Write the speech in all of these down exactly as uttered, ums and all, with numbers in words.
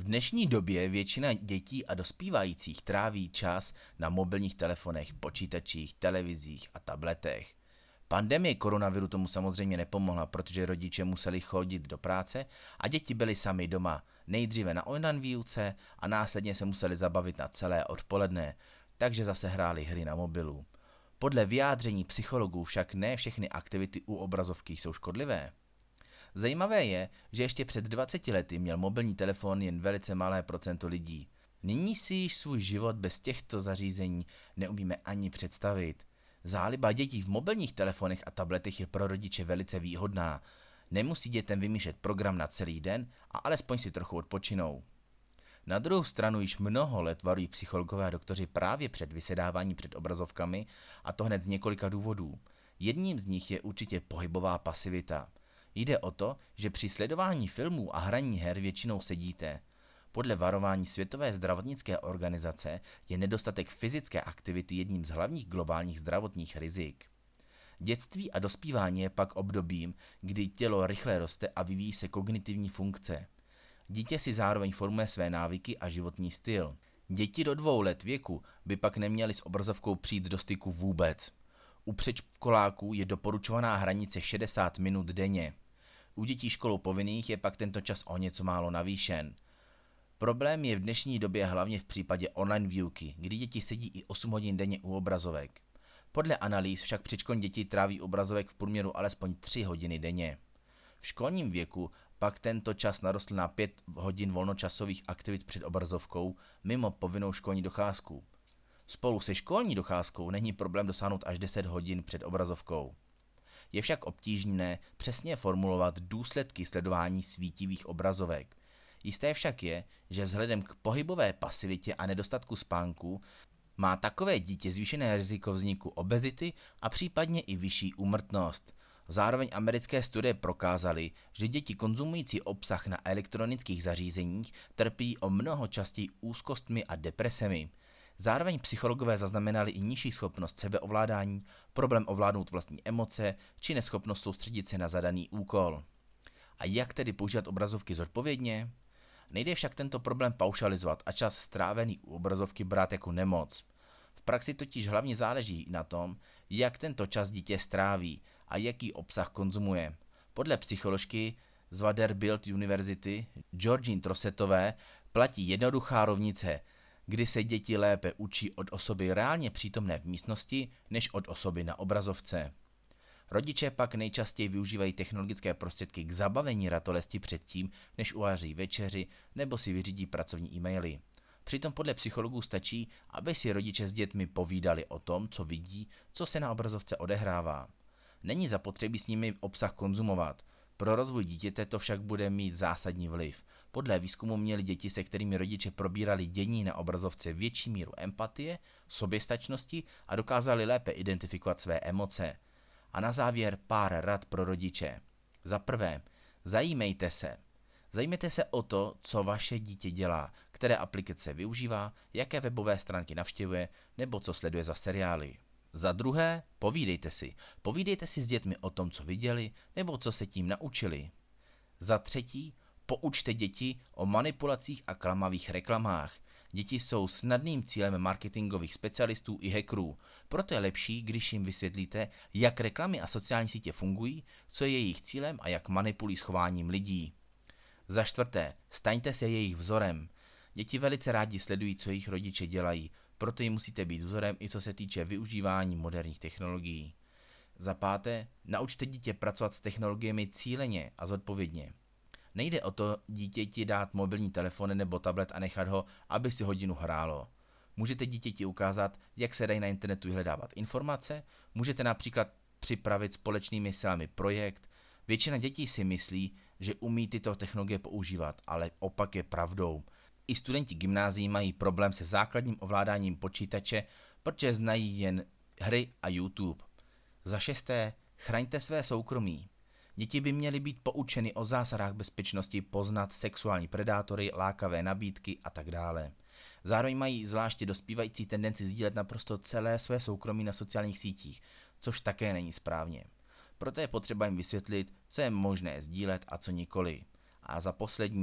V dnešní době většina dětí a dospívajících tráví čas na mobilních telefonech, počítačích, televizích a tabletech. Pandemie koronaviru tomu samozřejmě nepomohla, protože rodiče museli chodit do práce a děti byly sami doma, nejdříve na online výuce a následně se museli zabavit na celé odpoledne, takže zase hráli hry na mobilu. Podle vyjádření psychologů však ne všechny aktivity u obrazovky jsou škodlivé. Zajímavé je, že ještě před dvaceti lety měl mobilní telefon jen velice malé procento lidí. Nyní si již svůj život bez těchto zařízení neumíme ani představit. Záliba dětí v mobilních telefonech a tabletech je pro rodiče velice výhodná. Nemusí dětem vymýšlet program na celý den a alespoň si trochu odpočinou. Na druhou stranu již mnoho let varují psychologové a doktoři právě před vysedáváním před obrazovkami, a to hned z několika důvodů. Jedním z nich je určitě pohybová pasivita. Jde o to, že při sledování filmů a hraní her většinou sedíte. Podle varování Světové zdravotnické organizace je nedostatek fyzické aktivity jedním z hlavních globálních zdravotních rizik. Dětství a dospívání je pak obdobím, kdy tělo rychle roste a vyvíjí se kognitivní funkce. Dítě si zároveň formuje své návyky a životní styl. Děti do dvou let věku by pak neměly s obrazovkou přijít do styku vůbec. U předškoláků je doporučovaná hranice šedesát minut denně. U dětí školou povinných je pak tento čas o něco málo navýšen. Problém je v dnešní době hlavně v případě online výuky, kdy děti sedí i osm hodin denně u obrazovek. Podle analýz však předškolní děti tráví obrazovek v průměru alespoň tři hodiny denně. V školním věku pak tento čas narostl na pět hodin volnočasových aktivit před obrazovkou mimo povinnou školní docházku. Spolu se školní docházkou není problém dosáhnout až deset hodin před obrazovkou. Je však obtížné přesně formulovat důsledky sledování svítivých obrazovek. Jisté však je, že vzhledem k pohybové pasivitě a nedostatku spánku má takové dítě zvýšené riziko vzniku obezity a případně i vyšší úmrtnost. Zároveň americké studie prokázaly, že děti konzumující obsah na elektronických zařízeních trpí o mnoho častěji úzkostmi a depresemi. Zároveň psychologové zaznamenali i nižší schopnost sebeovládání, problém ovládnout vlastní emoce či neschopnost soustředit se na zadaný úkol. A jak tedy používat obrazovky zodpovědně? Nejde však tento problém paušalizovat a čas strávený u obrazovky brát jako nemoc. V praxi totiž hlavně záleží na tom, jak tento čas dítě stráví a jaký obsah konzumuje. Podle psycholožky z Vanderbilt University Georgine Trosetové platí jednoduchá rovnice, kdy se děti lépe učí od osoby reálně přítomné v místnosti, než od osoby na obrazovce. Rodiče pak nejčastěji využívají technologické prostředky k zabavení ratolesti předtím, než uvaří večeři nebo si vyřídí pracovní e-maily. Přitom podle psychologů stačí, aby si rodiče s dětmi povídali o tom, co vidí, co se na obrazovce odehrává. Není zapotřebí s nimi obsah konzumovat. Pro rozvoj dítěte to však bude mít zásadní vliv. Podle výzkumu měly děti, se kterými rodiče probírali dění na obrazovce, větší míru empatie, soběstačnosti a dokázali lépe identifikovat své emoce. A na závěr pár rad pro rodiče. Za prvé, zajímejte se. Zajímejte se o to, co vaše dítě dělá, které aplikace využívá, jaké webové stránky navštěvuje nebo co sleduje za seriály. Za druhé, povídejte si. Povídejte si s dětmi o tom, co viděli nebo co se tím naučili. Za třetí, poučte děti o manipulacích a klamavých reklamách. Děti jsou snadným cílem marketingových specialistů i hackerů, proto je lepší, když jim vysvětlíte, jak reklamy a sociální sítě fungují, co je jejich cílem a jak manipulují s chováním lidí. Za čtvrté, staňte se jejich vzorem. Děti velice rádi sledují, co jejich rodiče dělají, proto jim musíte být vzorem i co se týče využívání moderních technologií. Za páté, naučte dítě pracovat s technologiemi cíleně a zodpovědně. Nejde o to dítěti dát mobilní telefon nebo tablet a nechat ho, aby si hodinu hrálo. Můžete dítěti ukázat, jak se dají na internetu vyhledávat informace, můžete například připravit společnými silami projekt. Většina dětí si myslí, že umí tyto technologie používat, ale opak je pravdou. I studenti gymnázií mají problém se základním ovládáním počítače, protože znají jen hry a YouTube. Za šesté, chraňte své soukromí. Děti by měly být poučeny o zásadách bezpečnosti, poznat sexuální predátory, lákavé nabídky a tak dále. Zároveň mají zvláště dospívající tendenci sdílet naprosto celé své soukromí na sociálních sítích, což také není správně. Proto je potřeba jim vysvětlit, co je možné sdílet a co nikoli. A za poslední,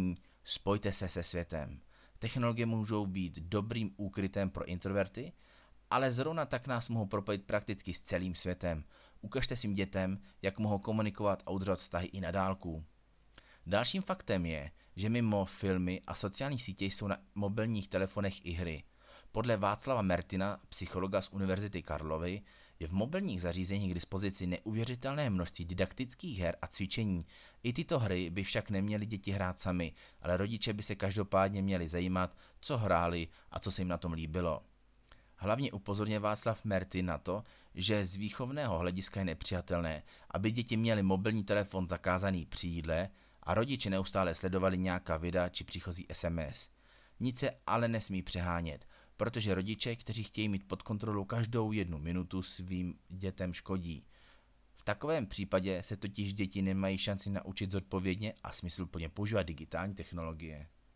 Spojte se se světem. Technologie můžou být dobrým úkrytem pro introverty, ale zrovna tak nás mohou propojit prakticky s celým světem. Ukažte svým dětem, jak mohou komunikovat a udržovat vztahy i na dálku. Dalším faktem je, že mimo filmy a sociální sítě jsou na mobilních telefonech i hry. Podle Václava Mertina, psychologa z Univerzity Karlovy, je v mobilních zařízeních k dispozici neuvěřitelné množství didaktických her a cvičení. I tyto hry by však neměly děti hrát sami, ale rodiče by se každopádně měli zajímat, co hráli a co se jim na tom líbilo. Hlavně upozorňuje Václav Mertin na to, že z výchovného hlediska je nepřijatelné, aby děti měly mobilní telefon zakázaný při jídle a rodiče neustále sledovali nějaká videa či příchozí es em es. Nic se ale nesmí přehánět, protože rodiče, kteří chtějí mít pod kontrolou každou jednu minutu, svým dětem škodí. V takovém případě se totiž děti nemají šanci naučit zodpovědně a smysluplně používat digitální technologie.